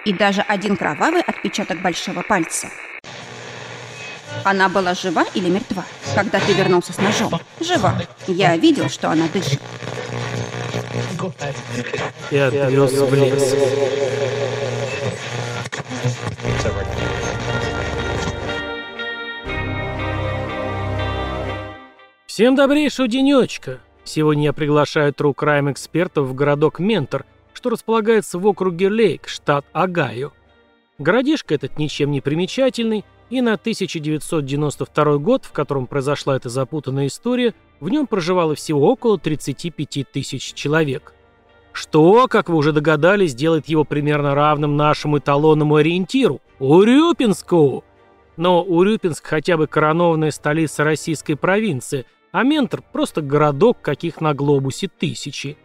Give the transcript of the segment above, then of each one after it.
И даже один кровавый отпечаток большого пальца. Она была жива или мертва, когда ты вернулся с ножом? Жива. Я видел, что она дышит. И отвез в лес. Всем добрейшего денечка. Сегодня я приглашаю True Crime экспертов в городок Ментор, что располагается в округе Лейк, штат Огайо. Городишко этот ничем не примечательный, и на 1992 год, в котором произошла эта запутанная история, в нем проживало всего около 35 тысяч человек. Что, как вы уже догадались, делает его примерно равным нашему эталонному ориентиру – Урюпинску. Но Урюпинск хотя бы коронованная столица российской провинции, а Ментор – просто городок, каких на глобусе тысячи.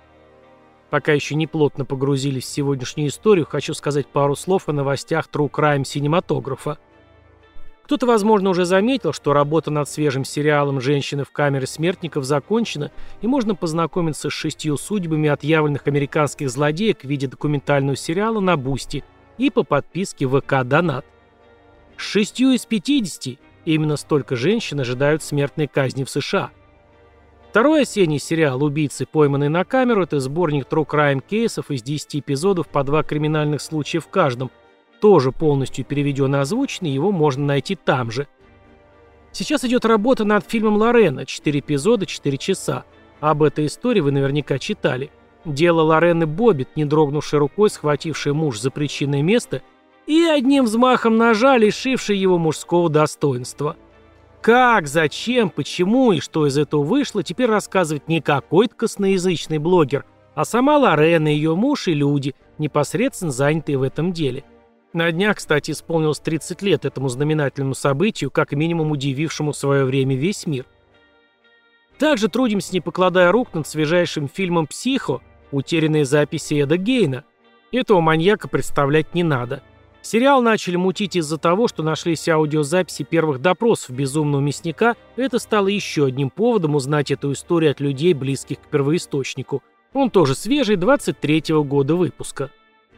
Пока еще не плотно погрузились в сегодняшнюю историю, хочу сказать пару слов о новостях True Crime синематографа. Кто-то, возможно, уже заметил, что работа над свежим сериалом «Женщины в камере смертников» закончена, и можно познакомиться с 6 судьбами отъявленных американских злодеек в виде документального сериала на Бусти и по подписке ВК Донат. С 6 из 50 именно столько женщин ожидают смертной казни в США. Второй осенний сериал «Убийцы, пойманные на камеру» — это сборник True Crime кейсов из 10 эпизодов по 2 криминальных случая в каждом, тоже полностью переведен и озвучен, и его можно найти там же. Сейчас идет работа над фильмом Лорена, 4 эпизода, 4 часа. Об этой истории вы наверняка читали. Дело Лорены Боббит, не дрогнувшей рукой, схватившей муж за причинное место и одним взмахом ножа лишившей его мужского достоинства. Как, зачем, почему и что из этого вышло, теперь рассказывает не какой-то косноязычный блогер, а сама Лорена, ее муж и люди, непосредственно занятые в этом деле. На днях, кстати, исполнилось 30 лет этому знаменательному событию, как минимум удивившему в свое время весь мир. Также трудимся, не покладая рук, над свежайшим фильмом «Психо. Утерянные записи Эда Гейна». Этого маньяка представлять не надо. Сериал начали мутить из-за того, что нашлись аудиозаписи первых допросов безумного мясника, и это стало еще одним поводом узнать эту историю от людей, близких к первоисточнику. Он тоже свежий, 23-го года выпуска.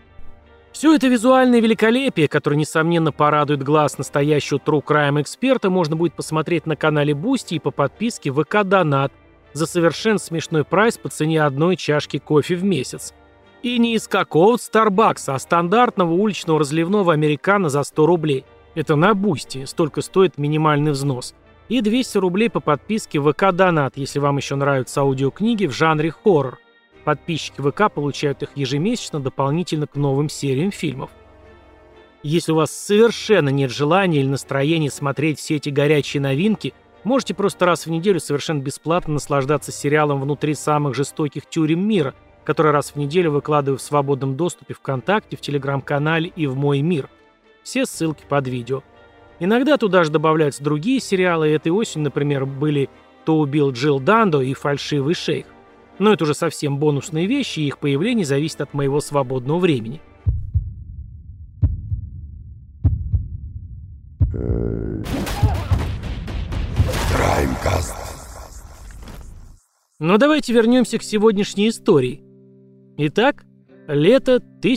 Все это визуальное великолепие, которое, несомненно, порадует глаз настоящего True Crime эксперта, можно будет посмотреть на канале Boosty и по подписке ВК Донат за совершенно смешной прайс по цене одной чашки кофе в месяц. И не из какого-то Старбакса, а стандартного уличного разливного американо за 100 рублей. Это на Boosty, столько стоит минимальный взнос. И 200 рублей по подписке ВК Донат, если вам еще нравятся аудиокниги в жанре хоррор. Подписчики ВК получают их ежемесячно дополнительно к новым сериям фильмов. Если у вас совершенно нет желания или настроения смотреть все эти горячие новинки, можете просто раз в неделю совершенно бесплатно наслаждаться сериалом «Внутри самых жестоких тюрем мира», который раз в неделю выкладываю в свободном доступе ВКонтакте, в Телеграм-канале и в Мой мир. Все ссылки под видео. Иногда туда же добавляются другие сериалы, и этой осенью, например, были «Кто убил Джилл Дандо» и «Фальшивый шейх». Но это уже совсем бонусные вещи, и их появление зависит от моего свободного времени. Краймкаст. Но давайте вернемся к сегодняшней истории. Итак, лето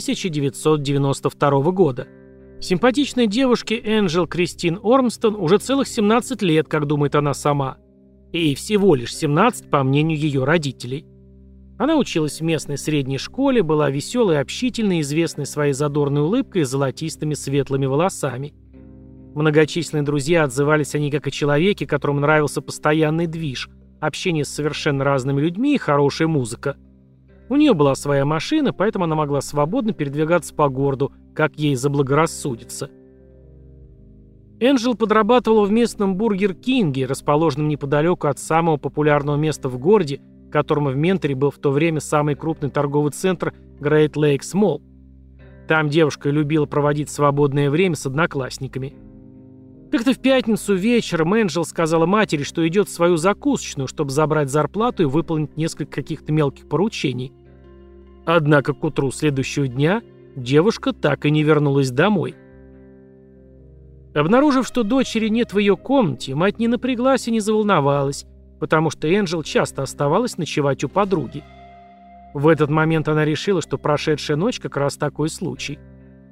1992 года. Симпатичной девушке Энджел Кристин Ормстон уже целых 17 лет, как думает она сама. И всего лишь 17, по мнению ее родителей. Она училась в местной средней школе, была веселой и общительной, известной своей задорной улыбкой и золотистыми светлыми волосами. Многочисленные друзья отзывались о ней как о человеке, которому нравился постоянный движ, общение с совершенно разными людьми и хорошая музыка. У нее была своя машина, поэтому она могла свободно передвигаться по городу, как ей заблагорассудится. Энджел подрабатывала в местном Бургер Кинге, расположенном неподалеку от самого популярного места в городе, которым в Менторе был в то время самый крупный торговый центр Great Lakes Mall. Там девушка любила проводить свободное время с одноклассниками. Как-то в пятницу вечером Энджел сказала матери, что идет в свою закусочную, чтобы забрать зарплату и выполнить несколько каких-то мелких поручений. Однако к утру следующего дня девушка так и не вернулась домой. Обнаружив, что дочери нет в ее комнате, мать не напряглась и не заволновалась, потому что Энджел часто оставалась ночевать у подруги. В этот момент она решила, что прошедшая ночь как раз такой случай.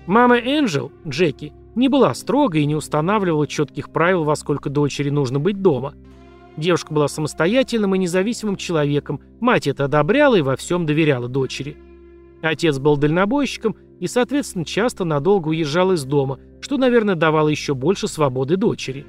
Мама Энджел, Джеки, не была строгой и не устанавливала четких правил, во сколько дочери нужно быть дома. Девушка была самостоятельным и независимым человеком, мать это одобряла и во всем доверяла дочери. Отец был дальнобойщиком и, соответственно, часто надолго уезжал из дома, что, наверное, давало еще больше свободы дочери.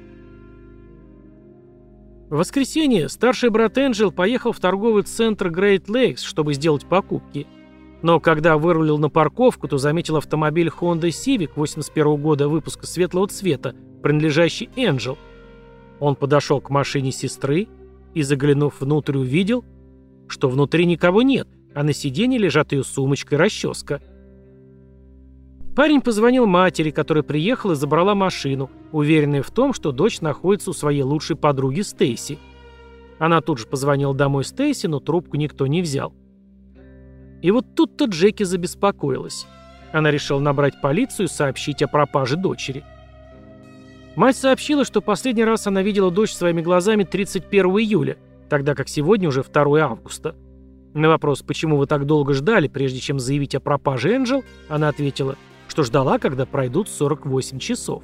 В воскресенье старший брат Энджел поехал в торговый центр Great Lakes, чтобы сделать покупки. Но когда вырулил на парковку, то заметил автомобиль Honda Civic 81 года выпуска светлого цвета, принадлежащий Энджел. Он подошел к машине сестры и, заглянув внутрь, увидел, что внутри никого нет, а на сиденье лежат ее сумочка и расческа. Парень позвонил матери, которая приехала и забрала машину, уверенная в том, что дочь находится у своей лучшей подруги Стейси. Она тут же позвонила домой Стейси, но трубку никто не взял. И вот тут-то Джеки забеспокоилась. Она решила набрать полицию и сообщить о пропаже дочери. Мать сообщила, что последний раз она видела дочь своими глазами 31 июля, тогда как сегодня уже 2 августа. На вопрос, почему вы так долго ждали, прежде чем заявить о пропаже Энджел, она ответила, что ждала, когда пройдут 48 часов.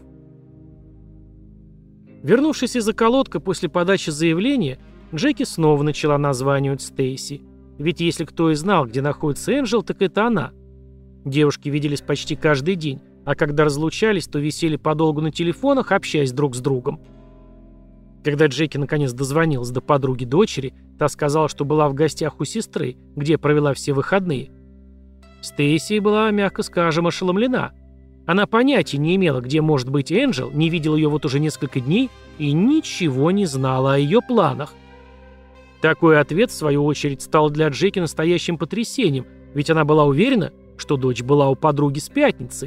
Вернувшись из околотка после подачи заявления, Джеки снова начала названивать Стейси. Ведь если кто и знал, где находится Энджел, так это она. Девушки виделись почти каждый день, а когда разлучались, то висели подолгу на телефонах, общаясь друг с другом. Когда Джеки наконец дозвонилась до подруги дочери, та сказала, что была в гостях у сестры, где провела все выходные. Стейси была, мягко скажем, ошеломлена. Она понятия не имела, где может быть Энджел, не видела ее вот уже несколько дней и ничего не знала о ее планах. Такой ответ, в свою очередь, стал для Джеки настоящим потрясением, ведь она была уверена, что дочь была у подруги с пятницы.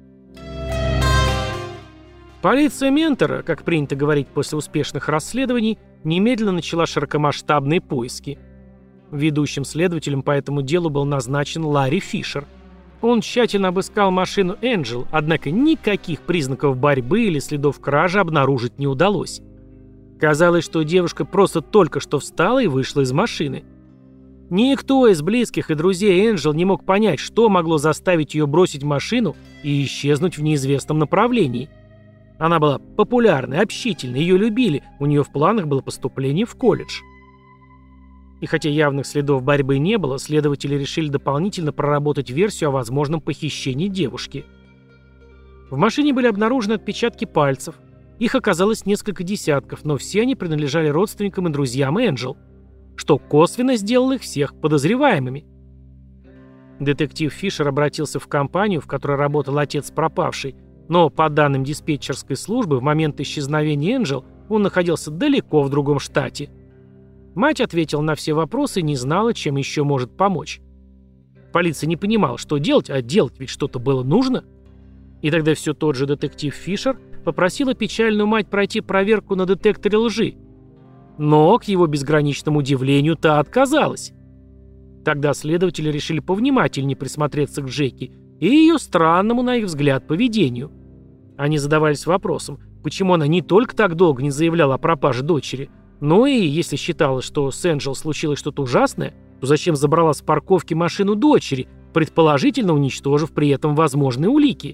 Полиция Ментора, как принято говорить после успешных расследований, немедленно начала широкомасштабные поиски. Ведущим следователем по этому делу был назначен Ларри Фишер. Он тщательно обыскал машину Энджел, однако никаких признаков борьбы или следов кражи обнаружить не удалось. Казалось, что девушка просто только что встала и вышла из машины. Никто из близких и друзей Энджел не мог понять, что могло заставить ее бросить машину и исчезнуть в неизвестном направлении. Она была популярной, общительной, ее любили, у нее в планах было поступление в колледж. И хотя явных следов борьбы не было, следователи решили дополнительно проработать версию о возможном похищении девушки. В машине были обнаружены отпечатки пальцев. Их оказалось несколько десятков, но все они принадлежали родственникам и друзьям Энджел, что косвенно сделало их всех подозреваемыми. Детектив Фишер обратился в компанию, в которой работал отец пропавшей, но по данным диспетчерской службы в момент исчезновения Энджел он находился далеко в другом штате. Мать ответила на все вопросы и не знала, чем еще может помочь. Полиция не понимала, что делать, а делать ведь что-то было нужно. И тогда все тот же детектив Фишер попросила печальную мать пройти проверку на детекторе лжи. Но, к его безграничному удивлению, та отказалась. Тогда следователи решили повнимательнее присмотреться к Джеки и ее странному, на их взгляд, поведению. Они задавались вопросом, почему она не только так долго не заявляла о пропаже дочери, но и, если считалось, что с Энджел случилось что-то ужасное, то зачем забрала с парковки машину дочери, предположительно уничтожив при этом возможные улики?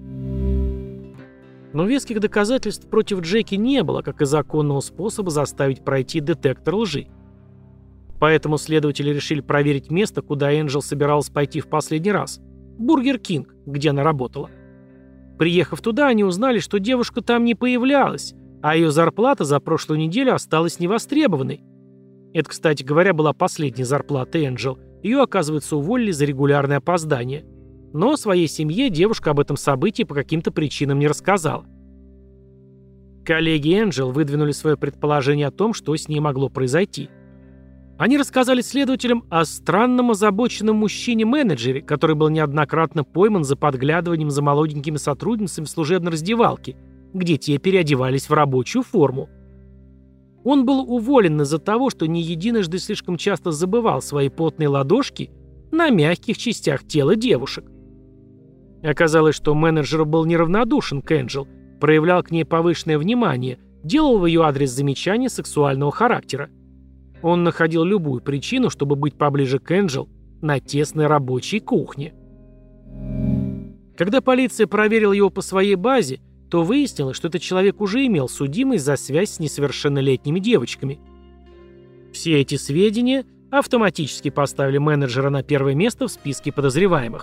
Но веских доказательств против Джеки не было, как и законного способа заставить пройти детектор лжи. Поэтому следователи решили проверить место, куда Энджел собиралась пойти в последний раз – Бургер Кинг, где она работала. Приехав туда, они узнали, что девушка там не появлялась, а ее зарплата за прошлую неделю осталась невостребованной. Это, кстати говоря, была последняя зарплата Энджел. Ее, оказывается, уволили за регулярное опоздание. Но своей семье девушка об этом событии по каким-то причинам не рассказала. Коллеги Энджел выдвинули свое предположение о том, что с ней могло произойти. Они рассказали следователям о странном озабоченном мужчине-менеджере, который был неоднократно пойман за подглядыванием за молоденькими сотрудницами в служебной раздевалке, где те переодевались в рабочую форму. Он был уволен из-за того, что не единожды слишком часто забывал свои потные ладошки на мягких частях тела девушек. Оказалось, что менеджер был неравнодушен к Энджел, проявлял к ней повышенное внимание, делал в ее адрес замечания сексуального характера. Он находил любую причину, чтобы быть поближе к Энджел на тесной рабочей кухне. Когда полиция проверила его по своей базе, то выяснилось, что этот человек уже имел судимость за связь с несовершеннолетними девочками. Все эти сведения автоматически поставили менеджера на первое место в списке подозреваемых.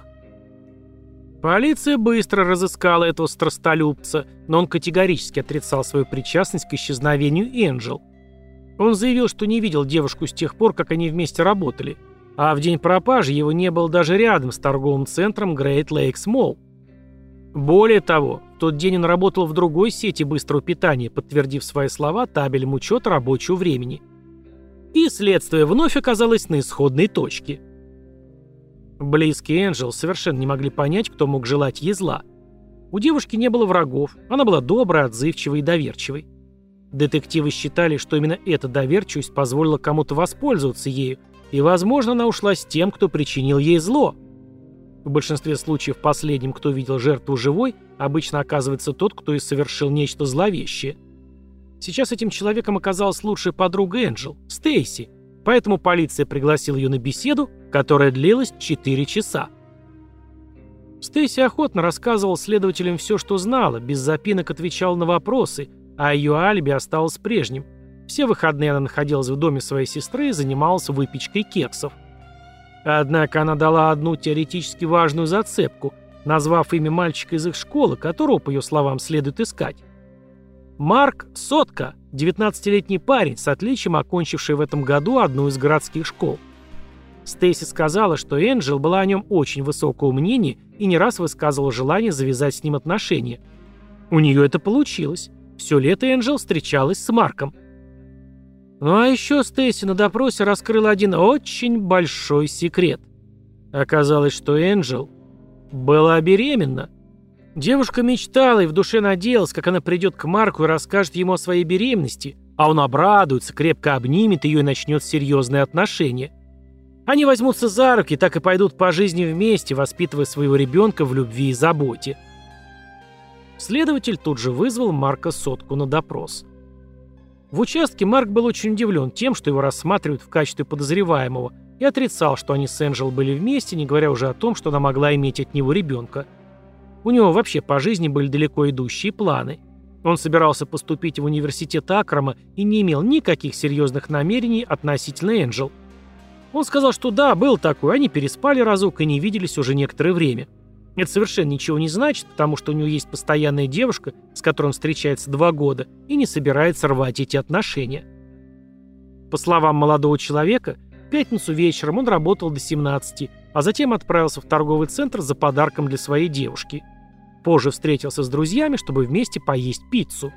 Полиция быстро разыскала этого страстолюбца, но он категорически отрицал свою причастность к исчезновению Энджел. Он заявил, что не видел девушку с тех пор, как они вместе работали, а в день пропажи его не было даже рядом с торговым центром Great Lakes Mall. Более того, в тот день он работал в другой сети быстрого питания, подтвердив свои слова табелем учета рабочего времени. И следствие вновь оказалось на исходной точке. Близкие Энджел совершенно не могли понять, кто мог желать ей зла. У девушки не было врагов, она была доброй, отзывчивой и доверчивой. Детективы считали, что именно эта доверчивость позволила кому-то воспользоваться ею, и, возможно, она ушла с тем, кто причинил ей зло. В большинстве случаев последним, кто видел жертву живой, обычно оказывается тот, кто и совершил нечто зловещее. Сейчас этим человеком оказалась лучшая подруга Энджел, Стейси, поэтому полиция пригласила ее на беседу, которая длилась 4 часа. Стейси охотно рассказывала следователям все, что знала, без запинок отвечала на вопросы, а ее алиби осталось прежним. Все выходные она находилась в доме своей сестры и занималась выпечкой кексов. Однако она дала одну теоретически важную зацепку, назвав имя мальчика из их школы, которого, по ее словам, следует искать. Марк Сотка, 19-летний парень, с отличием окончивший в этом году одну из городских школ. Стейси сказала, что Энджел была о нем очень высокого мнения и не раз высказывала желание завязать с ним отношения. У нее это получилось. Все лето Энджел встречалась с Марком. Ну а еще Стейси на допросе раскрыла один очень большой секрет. Оказалось, что Энджел была беременна. Девушка мечтала и в душе надеялась, как она придет к Марку и расскажет ему о своей беременности, а он обрадуется, крепко обнимет ее и начнет серьезные отношения. Они возьмутся за руки, так и пойдут по жизни вместе, воспитывая своего ребенка в любви и заботе. Следователь тут же вызвал Марка Сотку на допрос. В участке Марк был очень удивлен тем, что его рассматривают в качестве подозреваемого, и отрицал, что они с Энджел были вместе, не говоря уже о том, что она могла иметь от него ребенка. У него вообще по жизни были далеко идущие планы. Он собирался поступить в университет Акрома и не имел никаких серьезных намерений относительно Энджел. Он сказал, что да, был такой, они переспали разок и не виделись уже некоторое время. Это совершенно ничего не значит, потому что у него есть постоянная девушка, с которой он встречается 2 года, и не собирается рвать эти отношения. По словам молодого человека, в пятницу вечером он работал до 17, а затем отправился в торговый центр за подарком для своей девушки. Позже встретился с друзьями, чтобы вместе поесть пиццу.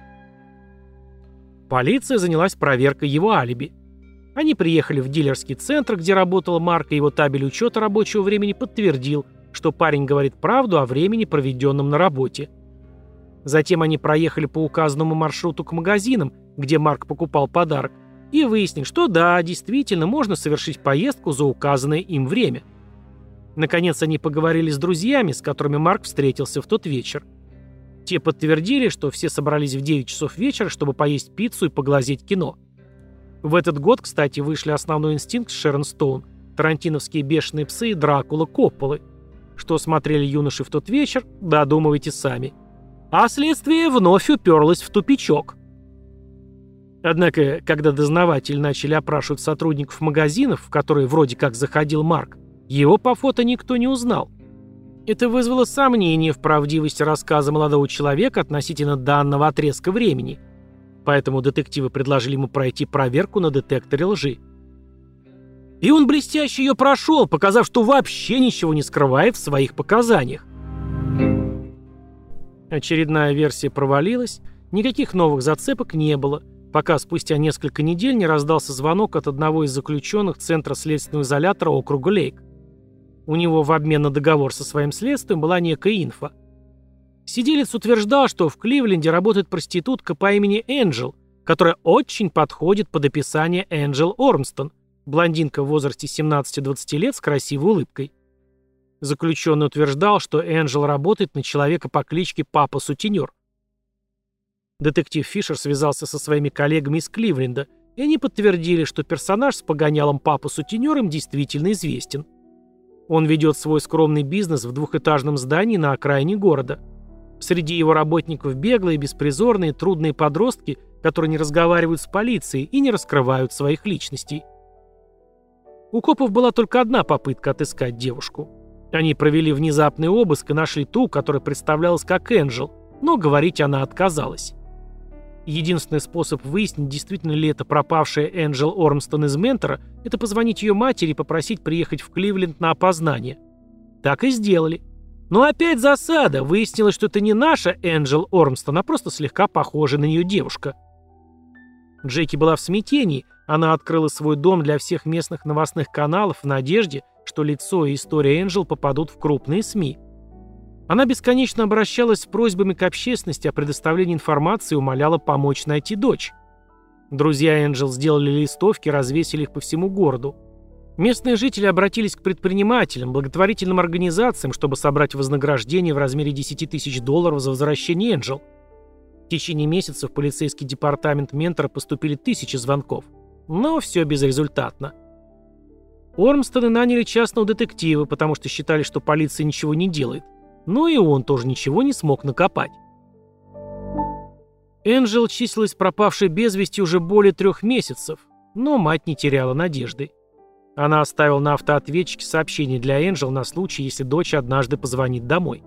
Полиция занялась проверкой его алиби. Они приехали в дилерский центр, где работал Марк, и его табель учета рабочего времени подтвердил, что парень говорит правду о времени, проведенном на работе. Затем они проехали по указанному маршруту к магазинам, где Марк покупал подарок, и выяснили, что да, действительно можно совершить поездку за указанное им время. Наконец они поговорили с друзьями, с которыми Марк встретился в тот вечер. Те подтвердили, что все собрались в 9 часов вечера, чтобы поесть пиццу и поглазеть кино. В этот год, кстати, вышли «Основной инстинкт» с Шерон Стоун, тарантиновские «Бешеные псы» и «Дракула» Копполы. Что смотрели юноши в тот вечер, додумывайте сами. А следствие вновь уперлось в тупичок. Однако, когда дознаватели начали опрашивать сотрудников магазинов, в которые вроде как заходил Марк, его по фото никто не узнал. Это вызвало сомнение в правдивости рассказа молодого человека относительно данного отрезка времени. Поэтому детективы предложили ему пройти проверку на детекторе лжи. И он блестяще ее прошел, показав, что вообще ничего не скрывает в своих показаниях. Очередная версия провалилась, никаких новых зацепок не было, пока спустя несколько недель не раздался звонок от одного из заключенных Центра следственного изолятора округа Лейк. У него в обмен на договор со своим следствием была некая инфа. Сиделец утверждал, что в Кливленде работает проститутка по имени Энджел, которая очень подходит под описание Энджел Ормстон, блондинка в возрасте 17-20 лет с красивой улыбкой. Заключенный утверждал, что Энджел работает на человека по кличке Папа Сутенер. Детектив Фишер связался со своими коллегами из Кливленда, и они подтвердили, что персонаж с погонялом Папа Сутенер им действительно известен. Он ведет свой скромный бизнес в двухэтажном здании на окраине города. Среди его работников беглые, беспризорные, трудные подростки, которые не разговаривают с полицией и не раскрывают своих личностей. У копов была только одна попытка отыскать девушку. Они провели внезапный обыск и нашли ту, которая представлялась как Энджел, но говорить она отказалась. Единственный способ выяснить, действительно ли это пропавшая Энджел Ормстон из Ментора, это позвонить ее матери и попросить приехать в Кливленд на опознание. Так и сделали. Но опять засада. Выяснилось, что это не наша Энджел Ормстон, а просто слегка похожая на нее девушка. Джеки была в смятении. Она открыла свой дом для всех местных новостных каналов в надежде, что лицо и история Энджел попадут в крупные СМИ. Она бесконечно обращалась с просьбами к общественности о предоставлении информации и умоляла помочь найти дочь. Друзья Энджел сделали листовки и развесили их по всему городу. Местные жители обратились к предпринимателям, благотворительным организациям, чтобы собрать вознаграждение в размере $10 000 за возвращение Энджел. В течение месяца в полицейский департамент Ментора поступили тысячи звонков, но все безрезультатно. Ормстоны наняли частного детектива, потому что считали, что полиция ничего не делает. Но и он тоже ничего не смог накопать. Энджел числилась пропавшей без вести уже более 3 месяцев, но мать не теряла надежды. Она оставила на автоответчике сообщение для Энджел на случай, если дочь однажды позвонит домой.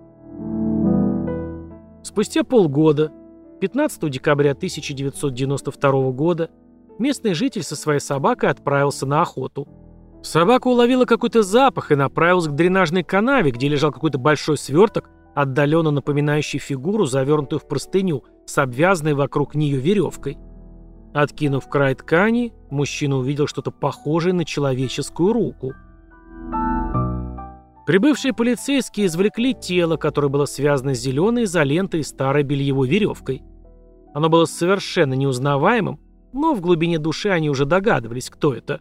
Спустя полгода, 15 декабря 1992 года, местный житель со своей собакой отправился на охоту. Собака уловила какой-то запах и направилась к дренажной канаве, где лежал какой-то большой сверток, отдаленно напоминающий фигуру, завернутую в простыню, с обвязанной вокруг нее веревкой. Откинув край ткани, мужчина увидел что-то похожее на человеческую руку. Прибывшие полицейские извлекли тело, которое было связано с зеленой изолентой и старой бельевой веревкой. Оно было совершенно неузнаваемым, но в глубине души они уже догадывались, кто это.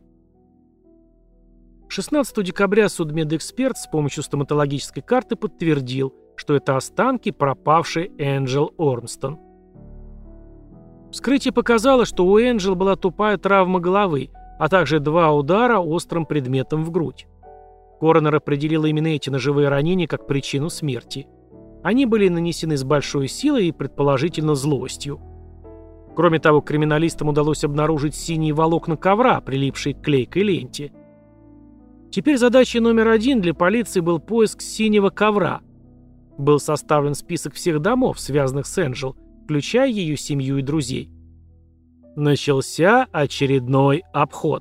16 декабря судмедэксперт с помощью стоматологической карты подтвердил, что это останки пропавшей Энджел Ормстон. Вскрытие показало, что у Энджел была тупая травма головы, а также 2 удара острым предметом в грудь. Коронер определил именно эти ножевые ранения как причину смерти. Они были нанесены с большой силой и, предположительно, злостью. Кроме того, криминалистам удалось обнаружить синие волокна ковра, прилипшие к клейкой ленте. Теперь задачей номер 1 для полиции был поиск синего ковра. Был составлен список всех домов, связанных с Энджел, включая ее семью и друзей. Начался очередной обход.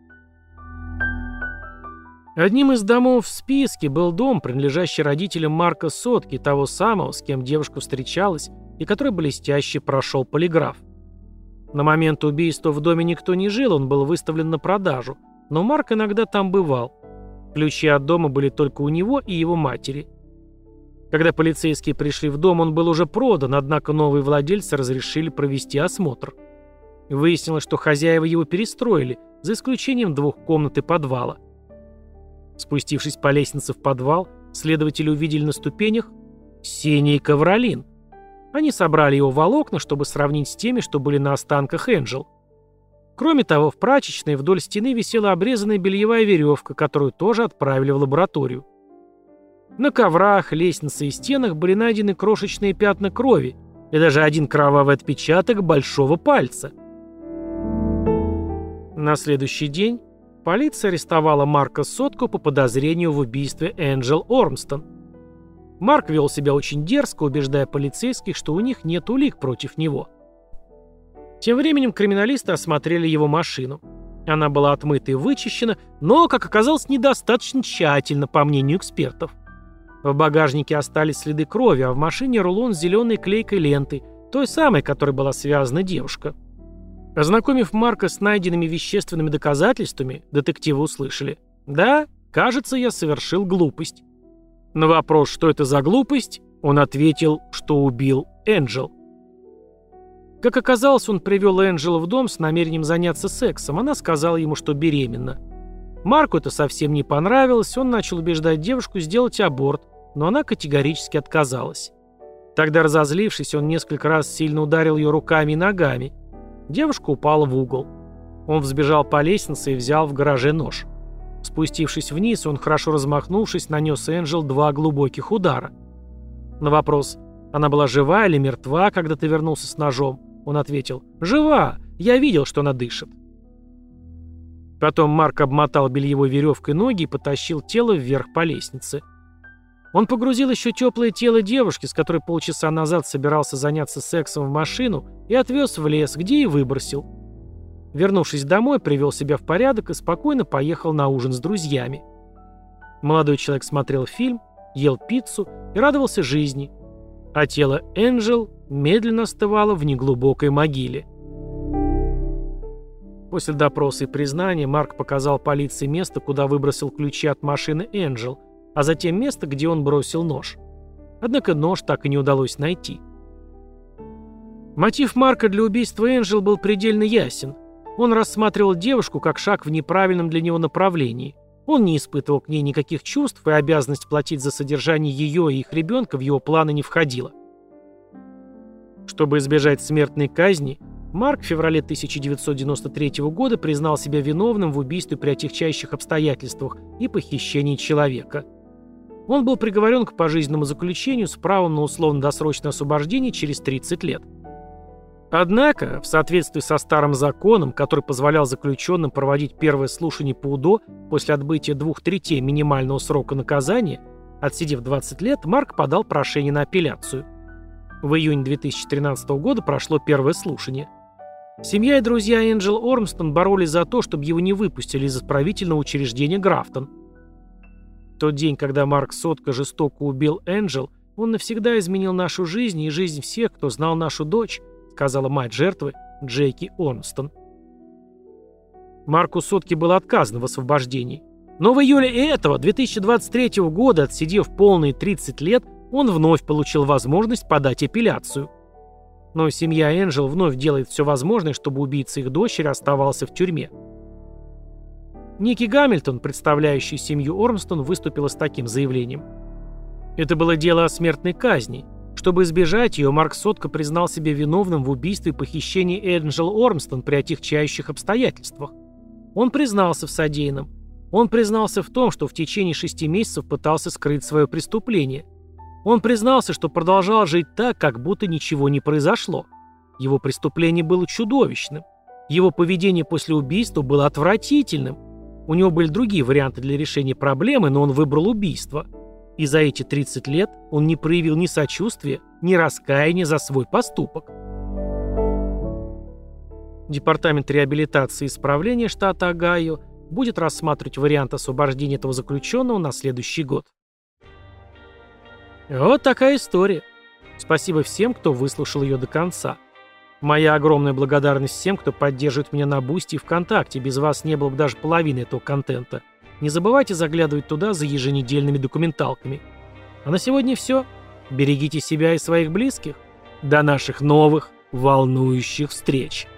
Одним из домов в списке был дом, принадлежащий родителям Марка Сотки, того самого, с кем девушка встречалась и который блестяще прошел полиграф. На момент убийства в доме никто не жил, он был выставлен на продажу, но Марк иногда там бывал. Ключи от дома были только у него и его матери. Когда полицейские пришли в дом, он был уже продан, однако новые владельцы разрешили провести осмотр. Выяснилось, что хозяева его перестроили, за исключением 2 комнат и подвала. Спустившись по лестнице в подвал, следователи увидели на ступенях синий ковролин. Они собрали его волокна, чтобы сравнить с теми, что были на останках Энджел. Кроме того, в прачечной вдоль стены висела обрезанная бельевая веревка, которую тоже отправили в лабораторию. На коврах, лестнице и стенах были найдены крошечные пятна крови и даже один кровавый отпечаток большого пальца. На следующий день полиция арестовала Марка Сотку по подозрению в убийстве Энджел Ормстон. Марк вел себя очень дерзко, убеждая полицейских, что у них нет улик против него. Тем временем криминалисты осмотрели его машину. Она была отмыта и вычищена, но, как оказалось, недостаточно тщательно, по мнению экспертов. В багажнике остались следы крови, а в машине рулон с зеленой клейкой лентой, той самой, которой была связана девушка. Ознакомив Марка с найденными вещественными доказательствами, детективы услышали: «Да, кажется, я совершил глупость». На вопрос, что это за глупость, он ответил, что убил Энджел. Как оказалось, он привел Энджел в дом с намерением заняться сексом. Она сказала ему, что беременна. Марку это совсем не понравилось, он начал убеждать девушку сделать аборт, но она категорически отказалась. Тогда, разозлившись, он несколько раз сильно ударил ее руками и ногами. Девушка упала в угол. Он взбежал по лестнице и взял в гараже нож. Спустившись вниз, он, хорошо размахнувшись, нанес Энджел 2 глубоких удара. На вопрос, она была жива или мертва, когда ты вернулся с ножом, он ответил: «Жива! Я видел, что она дышит». Потом Марк обмотал бельевой веревкой ноги и потащил тело вверх по лестнице. Он погрузил еще теплое тело девушки, с которой полчаса назад собирался заняться сексом, в машину и отвез в лес, где и выбросил. Вернувшись домой, привел себя в порядок и спокойно поехал на ужин с друзьями. Молодой человек смотрел фильм, ел пиццу и радовался жизни, а тело Энджел медленно остывало в неглубокой могиле. После допроса и признания Марк показал полиции место, куда выбросил ключи от машины Энджел, а затем место, где он бросил нож. Однако нож так и не удалось найти. Мотив Марка для убийства Энджел был предельно ясен. Он рассматривал девушку как шаг в неправильном для него направлении. Он не испытывал к ней никаких чувств, и обязанность платить за содержание ее и их ребенка в его планы не входила. Чтобы избежать смертной казни, Марк в феврале 1993 года признал себя виновным в убийстве при отягчающих обстоятельствах и похищении человека. Он был приговорен к пожизненному заключению с правом на условно-досрочное освобождение через 30 лет. Однако, в соответствии со старым законом, который позволял заключенным проводить первое слушание по УДО после отбытия 2/3 минимального срока наказания, отсидев 20 лет, Марк подал прошение на апелляцию. В июне 2013 года прошло первое слушание. Семья и друзья Энджел Ормстон боролись за то, чтобы его не выпустили из исправительного учреждения Графтон. В тот день, когда Марк Сотка жестоко убил Энджел, он навсегда изменил нашу жизнь и жизнь всех, кто знал нашу дочь, сказала мать жертвы Джеки Ормстон. Марку Сотке было отказано в освобождении. Но в июле этого, 2023 года, отсидев полные 30 лет, он вновь получил возможность подать апелляцию. Но семья Энджел вновь делает все возможное, чтобы убийца их дочери оставался в тюрьме. Ники Гамильтон, представляющий семью Ормстон, выступила с таким заявлением. Это было дело о смертной казни. Чтобы избежать ее, Марк Сотка признал себя виновным в убийстве и похищении Энджел Ормстон при отягчающих обстоятельствах. Он признался в содеянном. Он признался в том, что в течение 6 месяцев пытался скрыть свое преступление. Он признался, что продолжал жить так, как будто ничего не произошло. Его преступление было чудовищным. Его поведение после убийства было отвратительным. У него были другие варианты для решения проблемы, но он выбрал убийство. И за эти 30 лет он не проявил ни сочувствия, ни раскаяния за свой поступок. Департамент реабилитации и исправления штата Огайо будет рассматривать вариант освобождения этого заключенного на следующий год. Вот такая история. Спасибо всем, кто выслушал ее до конца. Моя огромная благодарность всем, кто поддерживает меня на Бусти и ВКонтакте. Без вас не было бы даже половины этого контента. Не забывайте заглядывать туда за еженедельными документалками. А на сегодня все. Берегите себя и своих близких. До наших новых волнующих встреч.